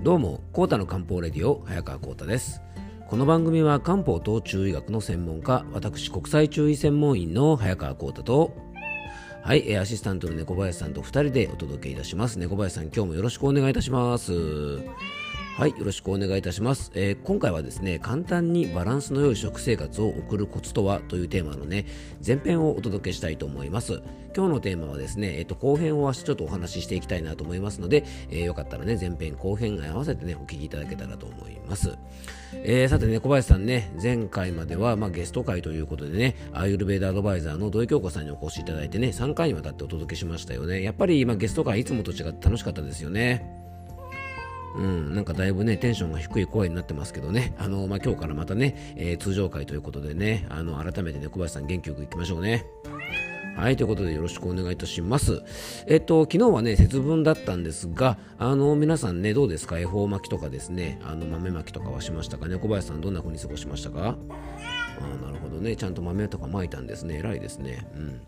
どうも、コータの漢方レディオ早川コータです。この番組は漢方と中医学の専門家、私国際中医専門員の早川コータとアシスタントの猫林さんと2人でお届けいたします。猫林さん、今日もよろしくお願いいたします。よろしくお願いいたします。今回はですね、簡単にバランスの良い食生活を送るコツとはというテーマのね、前編をお届けしたいと思います。今日のテーマはですね、後編を明日ちょっとお話ししていきたいなと思いますので、よかったらね、前編後編合わせてね、お聞きいただけたらと思います。さてね、小林さんね、前回までは、ゲスト会ということでね、アーユルヴェーダアドバイザーの土井京子さんにお越しいただいてね、3回にわたってお届けしましたよね。やっぱりゲスト会いつもと違って楽しかったですよね。なんかだいぶねテンションが低い声になってますけどね、今日からまたね、通常会ということでね、改めてね小林さん元気よくいきましょうね。ということでよろしくお願いいたします。昨日はね節分だったんですが、皆さんねどうですか？恵方巻きとかですね、豆巻きとかはしましたかね？小林さんどんな風に過ごしましたか？なるほどね、ちゃんと豆とか巻いたんですね。偉いですね。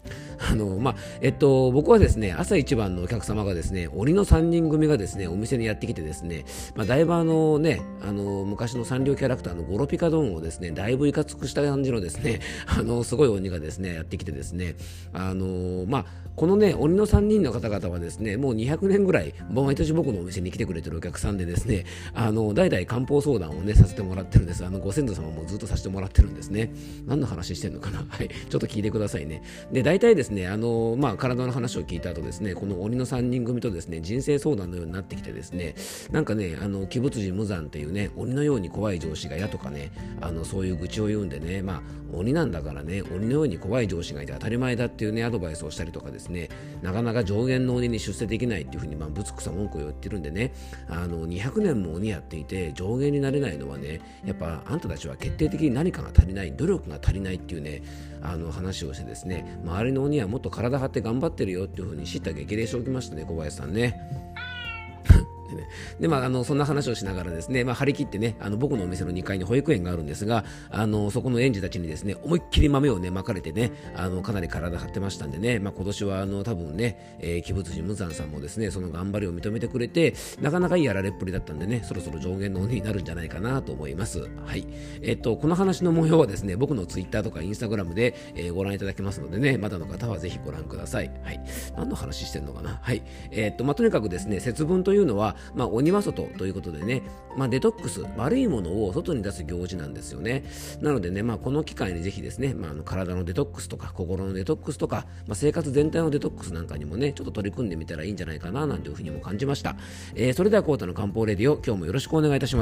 僕はですね、朝一番のお客様がですね、鬼の3人組がですね、お店にやってきてですね、だいぶ昔のサンリオキャラクターのゴロピカドンをですね、だいぶいかつくした感じのですね、すごい鬼がですね、やってきてですね、このね、鬼の3人の方々はですね、もう200年ぐらい、毎年僕のお店に来てくれてるお客さんでですね、代々漢方相談をね、させてもらってるんです。ご先祖様もずっとさせてもらってるんですね。何の話してんのかなちょっと聞いてくださいね。で、大体ですね、体の話を聞いた後ですね、この鬼の3人組とですね、人生相談のようになってきてですね、なんかね、鬼仏寺無惨っていうね、鬼のように怖い上司が嫌とかね、そういう愚痴を言うんでね、鬼なんだからね、鬼のように怖い上司がいて当たり前だっていうね、アドバイスをしたりとかですね、なかなか上限の鬼に出世できないっていうふうに、ぶつくさ文句を言ってるんでね、200年も鬼やっていて上限になれないのはね、やっぱあんたたちは決定的に何かが足りない、努力が足りないっていうね、話をしてですね、周りの鬼はもっと体張って頑張ってるよっていうふうに知った激励しておきましたね、小林さんね。でそんな話をしながらですね、張り切ってね、僕のお店の2階に保育園があるんですが、そこの園児たちにですね、思いっきり豆をね、まかれてね、かなり体張ってましたんでね、今年は多分ね、鬼仏寺無惨さんもですね、その頑張りを認めてくれて、なかなかいいやられっぷりだったんでね、そろそろ上限の鬼になるんじゃないかなと思います。この話の模様はですね、僕のツイッターとかインスタグラムで、ご覧いただけますのでね、まだの方はぜひご覧ください。何の話してんのかな。とにかくですね、節分というのは鬼は外ということでね、デトックス、悪いものを外に出す行事なんですよね。なのでね、この機会にぜひですね、体のデトックスとか心のデトックスとか、生活全体のデトックスなんかにもね、ちょっと取り組んでみたらいいんじゃないかななんていうふうにも感じました。それではコータの漢方レディオ、今日もよろしくお願いいたします。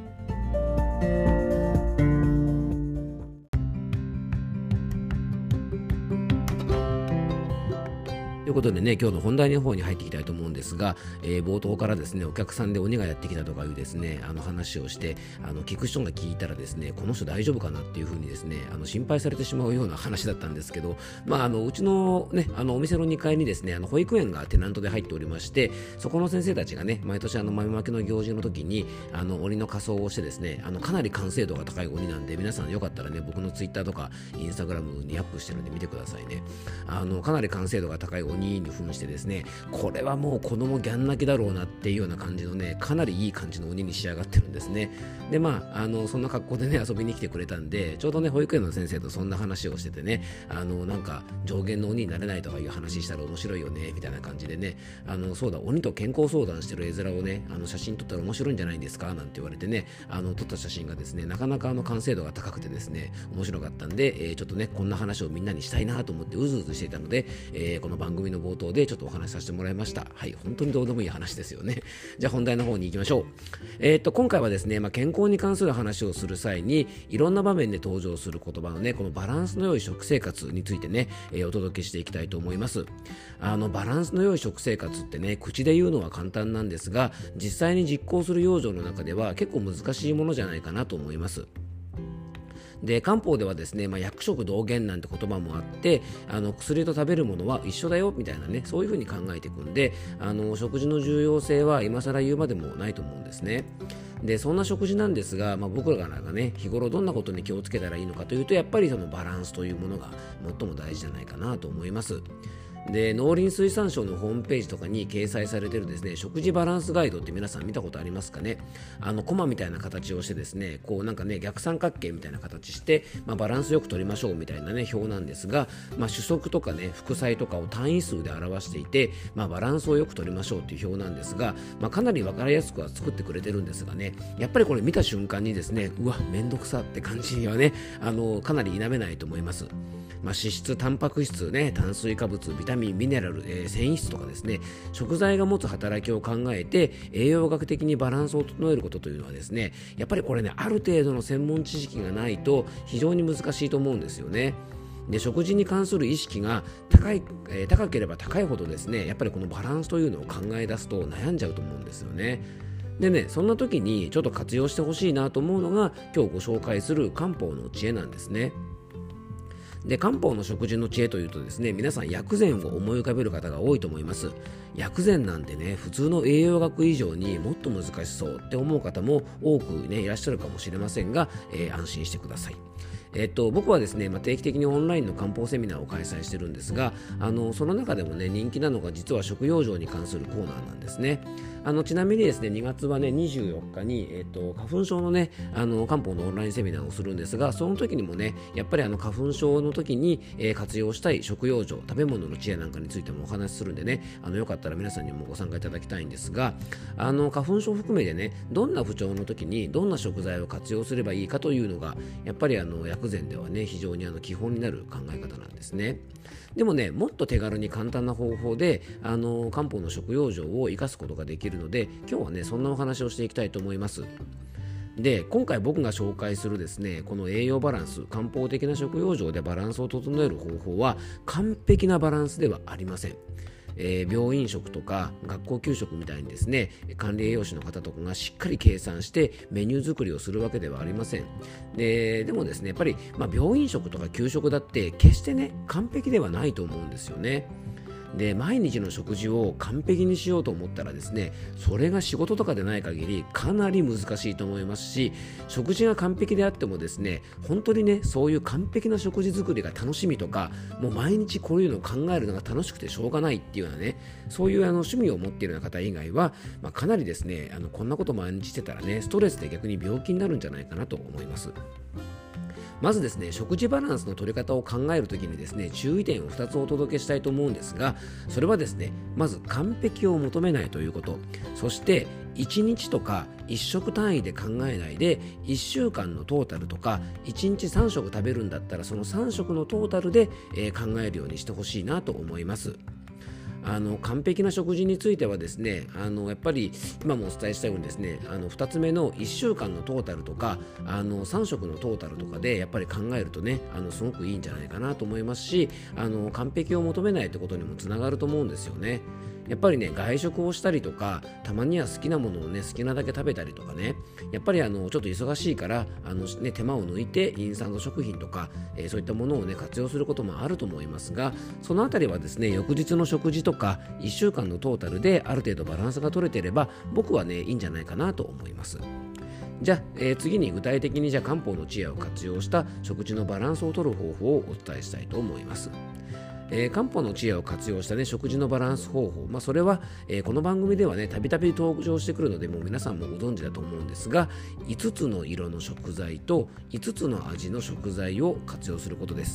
ということでね、今日の本題の方に入っていきたいと思うんですが、冒頭からですね、お客さんで鬼がやってきたとかいうですね、話をして、聞く人が聞いたらですね、この人大丈夫かなっていうふうにですね、心配されてしまうような話だったんですけど、うちのね、お店の2階にですね、保育園がテナントで入っておりまして、そこの先生たちがね、毎年豆まきの行事の時に、鬼の仮装をしてですね、かなり完成度が高い鬼なんで、皆さんよかったらね、僕のツイッターとかインスタグラムにアップしてるんで見てくださいね。かなり完成度が高い鬼に扮してですね、これはもう子供ギャン泣きだろうなっていうような感じのね、かなりいい感じの鬼に仕上がってるんですね。でそんな格好でね遊びに来てくれたんで、ちょうどね保育園の先生とそんな話をしててね、なんか上限の鬼になれないとかいう話したら面白いよねみたいな感じでね、そうだ、鬼と健康相談してる絵面をね、写真撮ったら面白いんじゃないですかなんて言われてね、撮った写真がですね、なかなか完成度が高くてですね、面白かったんで、ちょっとねこんな話をみんなにしたいなと思ってうずうずしていたので、この番組の冒頭でちょっとお話しさせてもらいました。本当にどうでもいい話ですよね。じゃあ本題の方に行きましょう。今回はですね、健康に関する話をする際にいろんな場面で登場する言葉のね、このバランスの良い食生活についてね、お届けしていきたいと思います。バランスの良い食生活ってね、口で言うのは簡単なんですが、実際に実行する養生の中では結構難しいものじゃないかなと思います。で、漢方ではですね、薬食同源なんて言葉もあって、薬と食べるものは一緒だよみたいなね、そういうふうに考えていくんで、食事の重要性は今更言うまでもないと思うんですね。で、そんな食事なんですが、僕らがね、日頃どんなことに気をつけたらいいのかというと、やっぱりそのバランスというものが最も大事じゃないかなと思います。 で、農林水産省のホームページとかに掲載されているですね、食事バランスガイドって皆さん見たことありますかね。コマみたいな形をしてですね、こうなんかね、逆三角形みたいな形して、バランスよく取りましょうみたいなね、表なんですが、主食とかね、副菜とかを単位数で表していて、バランスをよく取りましょうっていう表なんですが、かなり分かりやすくは作ってくれてるんですがね、やっぱりこれ見た瞬間にですね、うわ、めんどくさって感じにはね、かなり否めないと思います。脂質、タンパク質、ね、炭水化物、ビタミン、ミネラル、繊維質とかですね、食材が持つ働きを考えて栄養学的にバランスを整えることというのはですね、やっぱりこれね、ある程度の専門知識がないと非常に難しいと思うんですよね。で、食事に関する意識が高ければ高いほどですね、やっぱりこのバランスというのを考え出すと悩んじゃうと思うんですよね。でね、そんな時にちょっと活用してほしいなと思うのが今日ご紹介する漢方の知恵なんですね。で、漢方の食事の知恵というとですね、皆さん薬膳を思い浮かべる方が多いと思います。薬膳なんてね、普通の栄養学以上にもっと難しそうって思う方も多くね、いらっしゃるかもしれませんが、安心してください。僕はですね、定期的にオンラインの漢方セミナーを開催してるんですが、その中でもね、人気なのが実は食養生に関するコーナーなんですね。ちなみにですね、2月はね、24日に、花粉症のね、漢方のオンラインセミナーをするんですが、その時にもね、やっぱり花粉症の時に、活用したい食養生、食べ物の知恵なんかについてもお話しするんでね、よかったら皆さんにもご参加いただきたいんですが、花粉症含めてね、どんな不調の時にどんな食材を活用すればいいかというのが、やっぱり薬膳ではね、非常に基本になる考え方なんですね。でもね、もっと手軽に簡単な方法で漢方の食養生を生かすことができるので、今日はね、そんなお話をしていきたいと思います。で、今回僕が紹介するですね、この栄養バランス、漢方的な食養生でバランスを整える方法は完璧なバランスではありません。病院食とか学校給食みたいにですね、管理栄養士の方とかがしっかり計算してメニュー作りをするわけではありません。でもですね、やっぱり、病院食とか給食だって決してね、完璧ではないと思うんですよね。で、毎日の食事を完璧にしようと思ったらですね、それが仕事とかでない限りかなり難しいと思いますし、食事が完璧であってもですね、本当にね、そういう完璧な食事作りが楽しみとか、もう毎日こういうのを考えるのが楽しくてしょうがないっていうようなね、そういう趣味を持っているような方以外は、かなりですね、こんなこと毎日してたらね、ストレスで逆に病気になるんじゃないかなと思います。まずですね、食事バランスの取り方を考えるときにですね、注意点を2つお届けしたいと思うんですが、それはですね、まず完璧を求めないということ、そして1日とか1食単位で考えないで、1週間のトータルとか、1日3食食べるんだったらその3食のトータルで、考えるようにしてほしいなと思います。完璧な食事についてはですね、やっぱり今もお伝えしたようにですね、2つ目の1週間のトータルとか3食のトータルとかでやっぱり考えるとね、すごくいいんじゃないかなと思いますし、完璧を求めないってことにもつながると思うんですよね。やっぱりね、外食をしたりとか、たまには好きなものをね、好きなだけ食べたりとかね、やっぱりちょっと忙しいから手間を抜いてインスタント食品とか、そういったものをね、活用することもあると思いますが、そのあたりはですね、翌日の食事とか1週間のトータルである程度バランスが取れていれば、僕はね、いいんじゃないかなと思います。じゃあ、次に具体的に漢方の知恵を活用した食事のバランスを取る方法をお伝えしたいと思います。漢方の知恵を活用したね、食事のバランス方法、それは、この番組ではね、たびたび登場してくるので、もう皆さんもご存知だと思うんですが、5つの色の食材と5つの味の食材を活用することです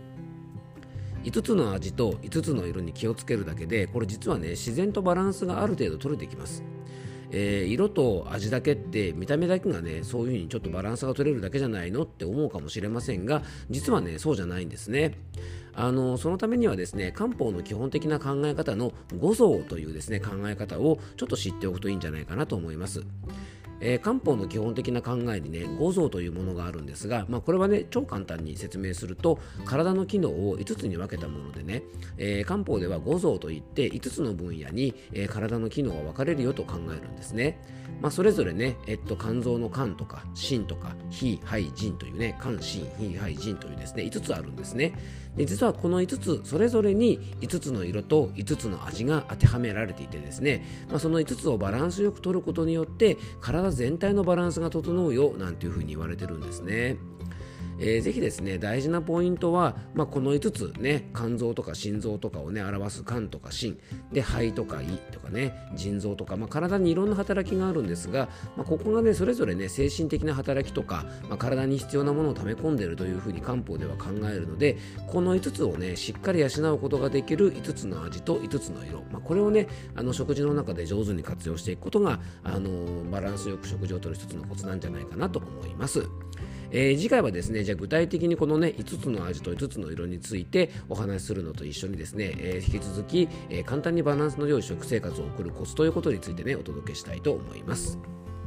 。5つの味と5つの色に気をつけるだけで、これ実はね、自然とバランスがある程度取れてきます。色と味だけって見た目だけがね、そういう風にちょっとバランスが取れるだけじゃないのって思うかもしれませんが、実はね、そうじゃないんですね。そのためにはですね、漢方の基本的な考え方の五臓というですね、考え方をちょっと知っておくといいんじゃないかなと思います。漢方の基本的な考えにね、五臓というものがあるんですが、これはね、超簡単に説明すると、体の機能を5つに分けたものでね、漢方では五臓といって5つの分野に、体の機能が分かれるよと考えるんですね。それぞれね、肝臓の肝とか心とか脾肺腎というね、肝心脾肺腎というですね、5つあるんですね。で、実はこの5つそれぞれに5つの色と5つの味が当てはめられていてですね、その5つをバランスよく取ることによって体全体のバランスが整うよなんていうふうに言われてるんですね。 ぜひですね、大事なポイントは、この5つね、肝臓とか心臓とかをね表す肝とか心で、肺とか胃とかね、腎臓とか、体にいろんな働きがあるんですが、ここがねそれぞれね精神的な働きとか、体に必要なものを溜め込んでいるというふうに漢方では考えるので、この5つをねしっかり養うことができる5つの味と5つの色、これをね食事の中で上手に活用していくことがバランスよく食事をとる一つのコツなんじゃないかなと思います。次回はですね、じゃあ具体的にこのね5つの味と5つの色についてお話しするのと一緒にですね、引き続き、簡単にバランスの良い食生活を送るコツということについてねお届けしたいと思います。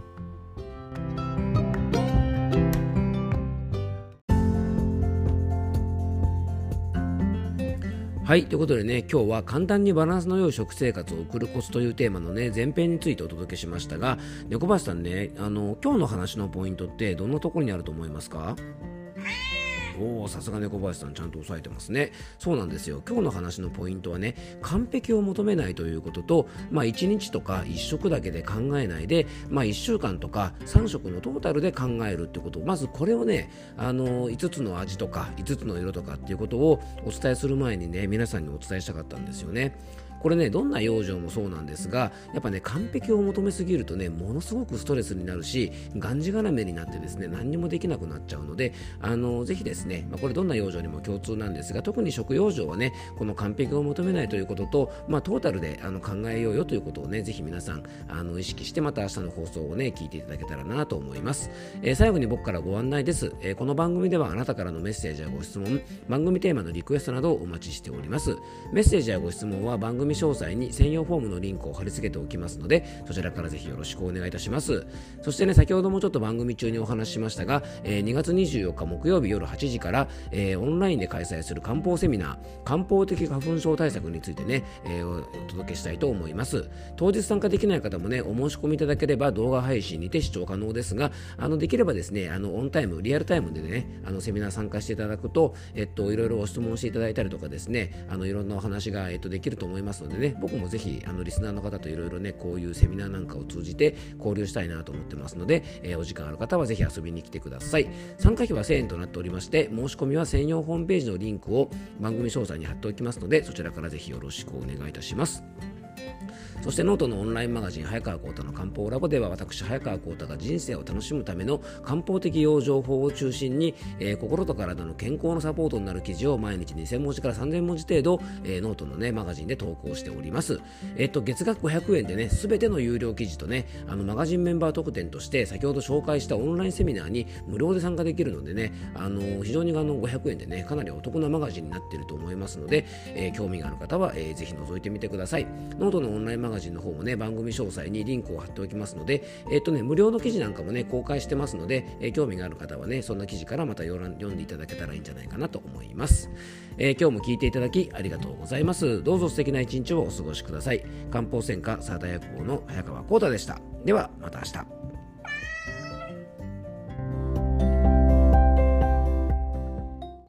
はい、ということでね、今日は簡単にバランスの良い食生活を送るコツというテーマのね前編についてお届けしましたが、猫林さんね、今日の話のポイントってどんなところにあると思いますか？さすが猫林さん、ちゃんと押さえてますね。そうなんですよ。今日の話のポイントはね、完璧を求めないということと、1日とか1食だけで考えないで、1週間とか3食のトータルで考えるってこと、まずこれをね、5つの味とか5つの色とかっていうことをお伝えする前にね、皆さんにお伝えしたかったんですよね。これね、どんな養生もそうなんですが、やっぱね完璧を求めすぎるとねものすごくストレスになるし、がんじがらめになってですね何にもできなくなっちゃうので、ぜひですね、これどんな養生にも共通なんですが、特に食養生はねこの完璧を求めないということと、トータルで考えようよということをねぜひ皆さん意識して、また明日の放送をね聞いていただけたらなと思います。最後に僕からご案内です。この番組ではあなたからのメッセージやご質問、番組テーマのリクエストなどをお待ちしております。メッセージやご質問は番組詳細に専用フォームのリンクを貼り付けておきますので、そちらからぜひよろしくお願いいたします。そしてね、先ほどもちょっと番組中にお話ししましたが、2月24日木曜日夜8時から、オンラインで開催する漢方セミナー、漢方的花粉症対策についてね、お届けしたいと思います。当日参加できない方もねお申し込みいただければ動画配信にて視聴可能ですが、できればですねオンタイムリアルタイムでねセミナー参加していただくと、いろいろご質問していただいたりとかですね、いろんなお話が、できると思いますのでね、僕もぜひリスナーの方といろいろねこういうセミナーなんかを通じて交流したいなと思ってますので、お時間ある方はぜひ遊びに来てください。参加費は1000円となっておりまして、申し込みは専用ホームページのリンクを番組詳細に貼っておきますので、そちらからぜひよろしくお願いいたします。そしてノートのオンラインマガジン早川浩太の漢方ラボでは、私早川浩太が人生を楽しむための漢方的養生法を中心に、心と体の健康のサポートになる記事を毎日2000文字から3000文字程度、ノートのねマガジンで投稿しております。月額500円でね全ての有料記事とねマガジンメンバー特典として先ほど紹介したオンラインセミナーに無料で参加できるのでね、非常に500円でねかなりお得なマガジンになっていると思いますので、興味がある方は、ぜひ覗いてみてください。ノートのオンラインマガジンの方もね番組詳細にリンクを貼っておきますので、無料の記事なんかもね公開してますので、興味がある方はねそんな記事からまた読んでいただけたらいいんじゃないかなと思います。今日も聞いていただきありがとうございます。どうぞ素敵な一日をお過ごしください。漢方専科サーター薬房の早川浩太でした。ではまた明日。